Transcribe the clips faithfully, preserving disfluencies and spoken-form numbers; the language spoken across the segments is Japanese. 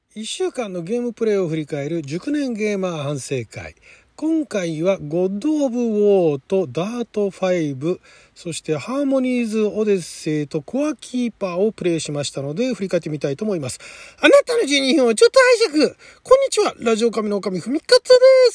いっしゅうかんのゲームプレイを振り返る熟年ゲーマー反省会。今回はゴッド・オブ・ウォーとダートファイブ、そしてハーモニーズ・オデッセイとコアキーパーをプレイしましたので振り返ってみたいと思います。あなたのじゅうにふんをちょっと拝借。こんにちは、ラジオ神のおかみふみかつです。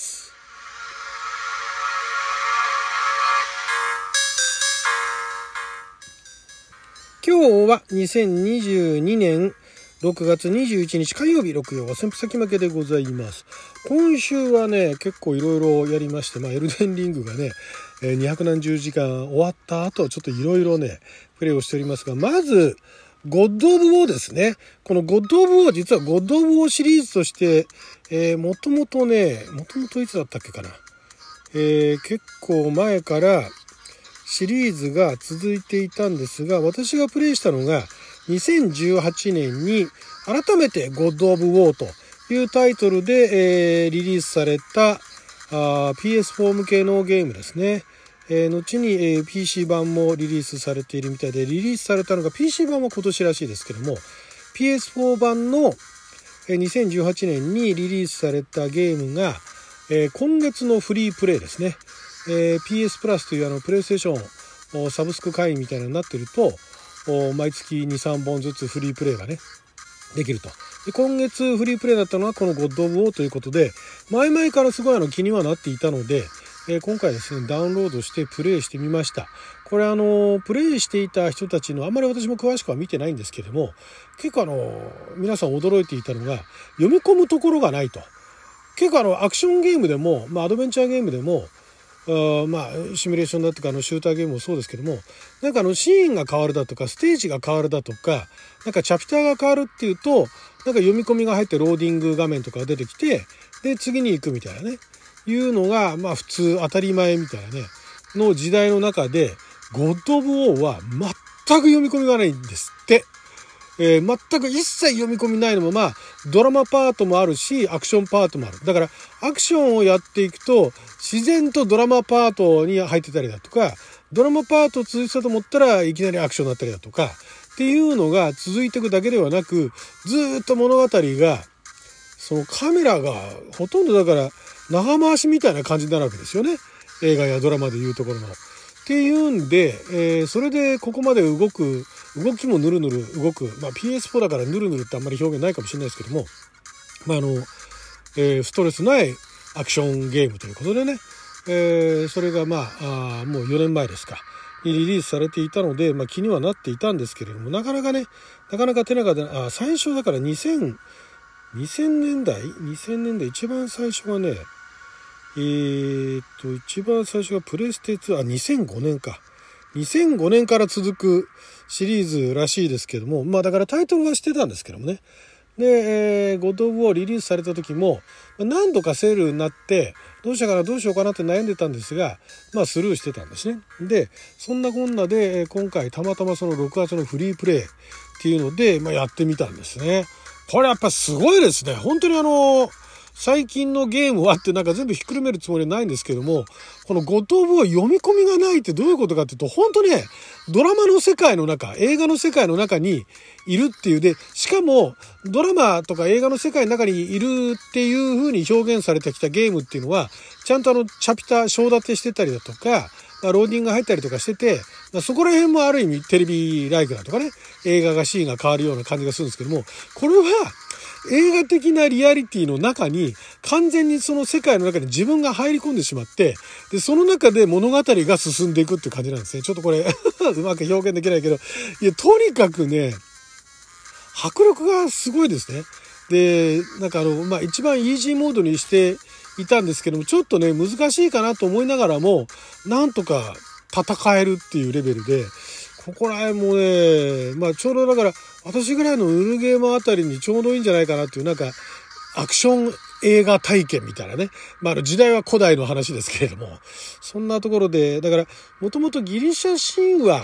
今日はにせんにじゅうにねんろくがつにじゅういちにち火曜日、六曜は先先負けでございます。今週はね結構いろいろやりまして、まあエルデンリングがねにひゃくなんじゅうじかん終わった後ちょっといろいろねプレイをしておりますが、まずゴッド・オブ・ウォーですね。このゴッド・オブ・ウォー、実はゴッド・オブ・ウォーシリーズとして、えー、もともとねもともといつだったっけかな、えー、結構前からシリーズが続いていたんですが、私がプレイしたのがにせんじゅうはちねんに改めてゴッド・オブ・ウォーというタイトルで、えー、リリースされたあ ピーエスフォー 向けのゲームですね。えー、後に、えー、ピーシー 版もリリースされているみたいで、リリースされたのが ピーシー 版は今年らしいですけども、ピーエスフォー 版の、えー、にせんじゅうはちねんにリリースされたゲームが、えー、今月のフリープレイですね。えー、ピーエス プラスというあのプレイステーションサブスク会員みたいなのになっていると、毎月 にさんぼんずつフリープレイがねできると。で今月フリープレイだったのはこのゴッド・オブ・ウォーということで、前々からすごいあの気にはなっていたので、えー、今回ですねダウンロードしてプレイしてみました。これあのプレイしていた人たちのあんまり私も詳しくは見てないんですけども、結構あの皆さん驚いていたのが読み込むところがないと。結構あのアクションゲームでも、まあ、アドベンチャーゲームでもあまあシミュレーションだとかあのシューターゲームもそうですけども、なんかあのシーンが変わるだとかステージが変わるだとか、なんかチャプターが変わるっていうとなんか読み込みが入ってローディング画面とかが出てきて、で次に行くみたいなねいうのがまあ普通当たり前みたいなねの時代の中で、ゴッド・オブ・ウォーは全く読み込みがないんですって。えー、全く一切読み込みないのも、まあドラマパートもあるしアクションパートもある。だからアクションをやっていくと自然とドラマパートに入ってたりだとか、ドラマパート続いてたと思ったらいきなりアクションになったりだとかっていうのが続いていくだけではなく、ずっと物語がそのカメラがほとんどだから長回しみたいな感じになるわけですよね、映画やドラマでいうところの。っていうんで、えー、それでここまで動く動きもヌルヌル動く、まあ、ピーエスフォー だからヌルヌルってあんまり表現ないかもしれないですけども、まああのえー、ストレスないアクションゲームということでね、えー、それがまあ、あもうよねんまえですかにリリースされていたので、まあ、気にはなっていたんですけれども、なかなかねなかなか手が出ない。あ最初だからにせん、にせんねんだいにせんねんだい一番最初はねえー、っと一番最初がプレステツー、あにせんごねんかにせんごねんから続くシリーズらしいですけども、まあだからタイトルはしてたんですけどもね。で、えー、ゴッド・オブ・ウォーリリースされた時も何度かセールになってどうしたかなどうしようかなって悩んでたんですが、まあスルーしてたんですね。でそんなこんなで今回たまたまそのろくがつのフリープレイっていうので、まあ、やってみたんですね。これやっぱすごいですね。本当にあの最近のゲームはってなんか全部ひっくるめるつもりはないんですけども、このゴッド・オブ・ウォー読み込みがないってどういうことかっていうと、本当ねドラマの世界の中、映画の世界の中にいるっていうで、しかもドラマとか映画の世界の中にいるっていう風に表現されてきたゲームっていうのはちゃんとあのチャプター章立てしてたりだとか、ローディングが入ったりとかしてて、そこら辺もある意味テレビライクだとかね、映画がシーンが変わるような感じがするんですけども、これは映画的なリアリティの中に完全にその世界の中に自分が入り込んでしまって、でその中で物語が進んでいくっていう感じなんですね。ちょっとこれうまく表現できないけど、いやとにかくね迫力がすごいですね。でなんかあのまあ一番イージーモードにしていたんですけども、ちょっとね難しいかなと思いながらもなんとか戦えるっていうレベルで、ここら辺もねまあちょうどだから私ぐらいのヌルゲーマーあたりにちょうどいいんじゃないかなっていう、なんかアクション映画体験みたいなね、まあ時代は古代の話ですけれども、そんなところでだからもともとギリシャ神話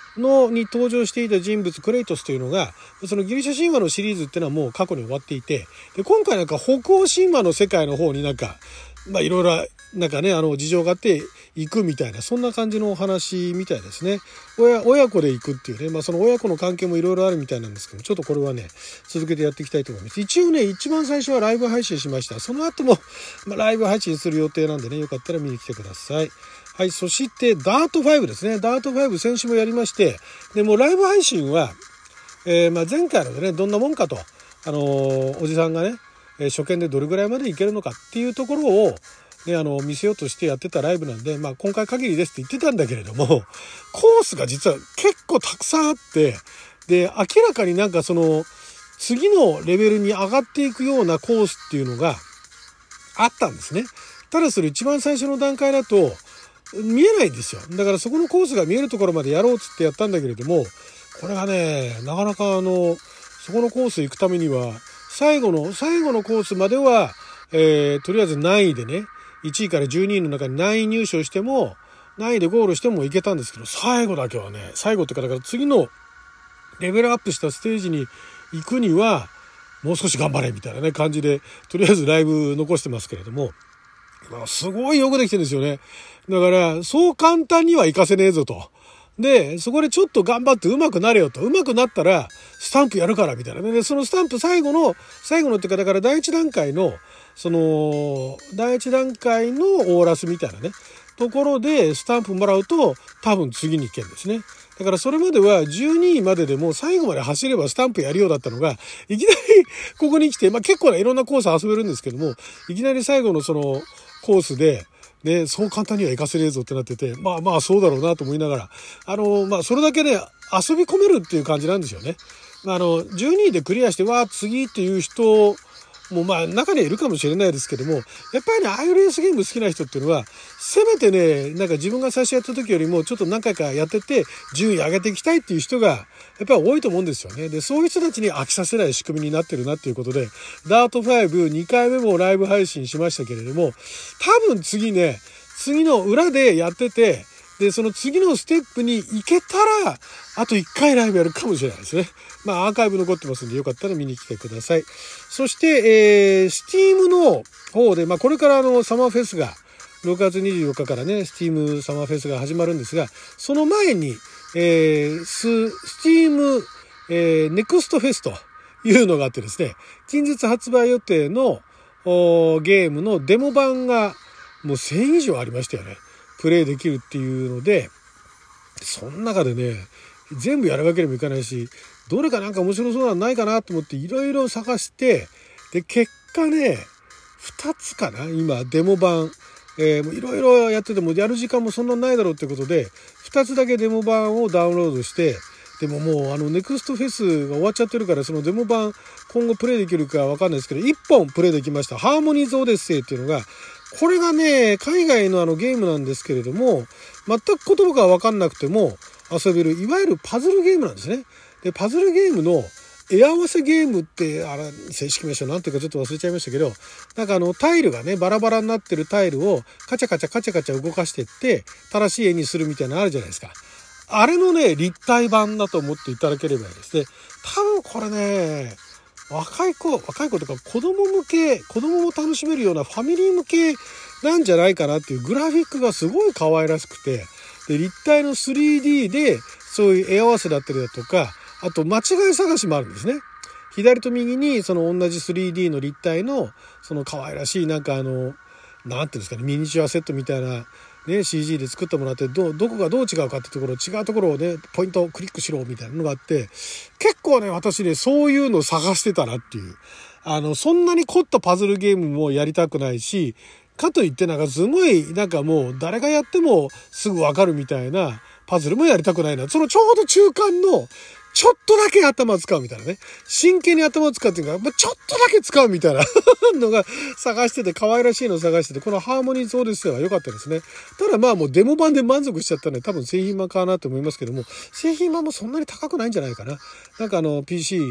のに登場していた人物クレイトスというのが、そのギリシャ神話のシリーズっていうのはもう過去に終わっていて、で今回なんか北欧神話の世界の方になんかまあいろいろなんかねあの事情があって行くみたいな、そんな感じのお話みたいですね。親親子で行くっていうね、まあその親子の関係もいろいろあるみたいなんですけど、ちょっとこれはね続けてやっていきたいと思います。一応ね一番最初はライブ配信しました。その後も、まあ、ライブ配信する予定なんでね、よかったら見に来てください。はい、そしてダートファイブですね。ダートファイブ先週もやりまして、でもうライブ配信は、えー、まあ前回のでねどんなもんかと、あのー、おじさんがね初見でどれぐらいまでいけるのかっていうところをね、あの見せようとしてやってたライブなんで、まあ、今回限りですって言ってたんだけれども、コースが実は結構たくさんあって、で明らかになんかその次のレベルに上がっていくようなコースっていうのがあったんですね。ただそれ一番最初の段階だと見えないんですよ。だからそこのコースが見えるところまでやろうっつってやったんだけれども、これがねなかなかあのそこのコース行くためには最後の最後のコースまでは、えー、とりあえず何位でねいちいからじゅうにいの中に何位入賞しても何位でゴールしてもいけたんですけど、最後だけはね最後ってかだから次のレベルアップしたステージに行くにはもう少し頑張れみたいなね感じでとりあえずライブ残してますけれども、すごいよくできてるんですよね。だからそう簡単にはいかせねえぞと。でそこでちょっと頑張って上手くなれよと。上手くなったらスタンプやるからみたいなね。でそのスタンプ最後の最後のっていうかだから第一段階のその第一段階のオーラスみたいなねところでスタンプもらうと多分次に行けるんですね。だからそれまではじゅうにいまででも最後まで走ればスタンプやるようだったのが、いきなりここに来て、まあ結構ないろんなコース遊べるんですけども、いきなり最後のそのコースでね、そう簡単にはいかせねえぞってなってて、まあまあそうだろうなと思いながら、あのまあそれだけで、ね、遊び込めるっていう感じなんですよね。あのじゅうにいでクリアしてわー次っていう人もまあ中にはいるかもしれないですけども、やっぱりねああいうレースゲーム好きな人っていうのはせめてねなんか自分が最初やった時よりもちょっと何回かやってて順位上げていきたいっていう人がやっぱり多いと思うんですよね。でそういう人たちに飽きさせない仕組みになってるなっていうことで、ダートファイブにかいめもライブ配信しましたけれども、多分次ね次の裏でやってて、でその次のステップに行けたらあといっかいライブやるかもしれないですね。まあアーカイブ残ってますんでよかったら見に来てください。そして、えー、Steam の方で、まあこれからあのサマーフェスがろくがつにじゅうよっかからね Steam サマーフェスが始まるんですが、その前に、えー、ス Steam、えー、ネクストフェスというのがあってですね、近日発売予定のゲームのデモ版がもうせん以上ありましたよね。プレイできるっていうので、その中でね全部やるわけにもいかないし、どれかなんか面白そうなのないかなと思っていろいろ探して、で結果ねふたつかな今デモ版、えー、いろいろやっててもやる時間もそんなないだろうってことでふたつだけデモ版をダウンロードして、でももうあのネクストフェスが終わっちゃってるからそのデモ版今後プレイできるかわかんないですけどいっぽんプレイできました。ハーモニーズオデッセイっていうのが、これがね海外のあのゲームなんですけれども、全く言葉が分かんなくても遊べるいわゆるパズルゲームなんですね。でパズルゲームの絵合わせゲームってあれ正式名称なんていうかちょっと忘れちゃいましたけど、なんかあのタイルがねバラバラになってるタイルをカチャカチャカチャカチャ動かしてって正しい絵にするみたいなのあるじゃないですか。あれのね立体版だと思っていただければいいですね。多分これね若い子若い子とか子供向け子供も楽しめるようなファミリー向けなんじゃないかなっていう、グラフィックがすごい可愛らしくて、で立体の スリーディー でそういう絵合わせだったりだとか、あと間違い探しもあるんですね。左と右にその同じ スリーディー の立体のその可愛らしいなんかあのなんていうんですかねミニチュアセットみたいなね シージー で作ってもらって、どどこがどう違うかってところ違うところをねポイントをクリックしろみたいなのがあって、結構ね私ねそういうのを探してたなっていう、あのそんなに凝ったパズルゲームもやりたくないし、かといってなんかすごいなんかもう誰がやってもすぐわかるみたいなパズルもやりたくないな。そのちょうど中間のちょっとだけ頭使うみたいなね。真剣に頭を使うっていうか、ちょっとだけ使うみたいなのが探してて、可愛らしいのを探してて、このハーモニーズオデッセイは良かったですね。ただまあもうデモ版で満足しちゃったので、多分製品版かなと思いますけども、製品版もそんなに高くないんじゃないかな。なんかあの ピーシー、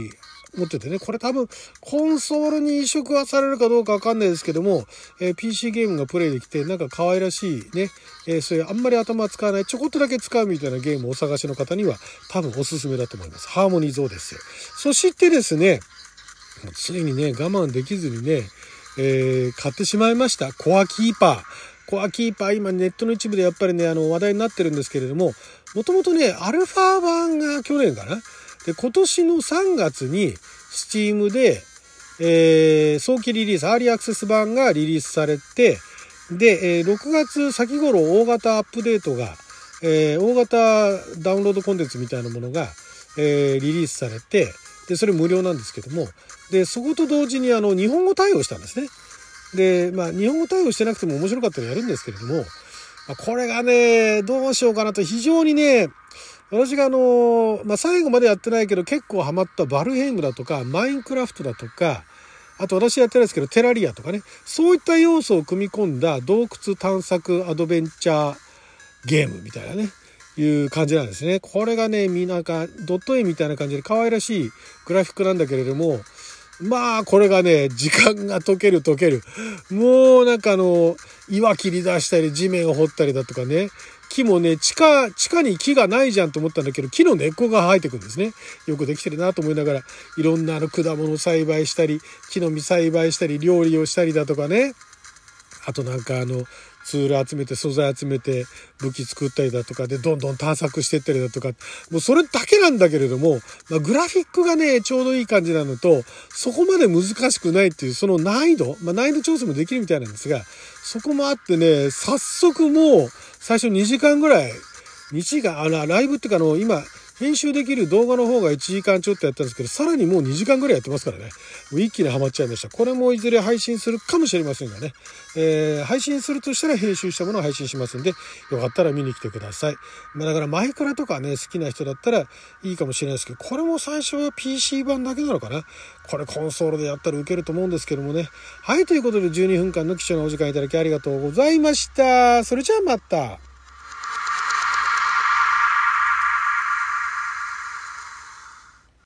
持っててね、これ多分コンソールに移植はされるかどうかわかんないですけども、えー、ピーシー ゲームがプレイできて、なんか可愛らしいね、えー、そういうあんまり頭使わない、ちょこっとだけ使うみたいなゲームをお探しの方には多分おすすめだと思います。ハーモニーゾーですよ。そしてですね、ついにね、我慢できずにね、えー、買ってしまいました。コアキーパー。コアキーパー、今ネットの一部でやっぱりね、あの話題になってるんですけれども、もともとね、アルファ版が去年かな。で、今年のさんがつに、スチームで、えー、早期リリース、アーリーアクセス版がリリースされて、で、えー、ろくがつ先頃大型アップデートが、えー、大型ダウンロードコンテンツみたいなものが、えー、リリースされて、で、それ無料なんですけども、で、そこと同時にあの、日本語対応したんですね。で、まあ、日本語対応してなくても面白かったらやるんですけれども、これがね、どうしようかなと非常にね、私があの、まあ、最後までやってないけど結構ハマったバルヘイムだとか、マインクラフトだとか、あと私やってないですけど、テラリアとかね、そういった要素を組み込んだ洞窟探索アドベンチャーゲームみたいなね、いう感じなんですね。これがね、みなんかドット絵みたいな感じで可愛らしいグラフィックなんだけれども、まあこれがね、時間が解ける解ける。もうなんかあの、岩切り出したり地面を掘ったりだとかね、木もね、地下、地下に木がないじゃんと思ったんだけど、木の根っこが生えてくるんですね。よくできてるなと思いながら、いろんなあの果物栽培したり、木の実栽培したり、料理をしたりだとかね。あとなんかあの、ツール集めて素材集めて武器作ったりだとかでどんどん探索していったりだとか、もうそれだけなんだけれども、まあ、グラフィックがねちょうどいい感じなのと、そこまで難しくないっていうその難易度、まあ、難易度調整もできるみたいなんですが、そこもあってね、早速もう最初にじかんぐらい、にじかん、あのライブっていうかあの今編集できる動画の方がいちじかんちょっとやったんですけど、さらにもうにじかんぐらいやってますからね。もう一気にハマっちゃいました。これもいずれ配信するかもしれませんがね。えー、配信するとしたら編集したものを配信しますんで、よかったら見に来てください。まあだからマイクラとかね、好きな人だったらいいかもしれないですけど、これも最初は ピーシー 版だけなのかな。これコンソールでやったらウケると思うんですけどもね。はい、ということでじゅうにふんかんの貴重なお時間いただきありがとうございました。それじゃあまた。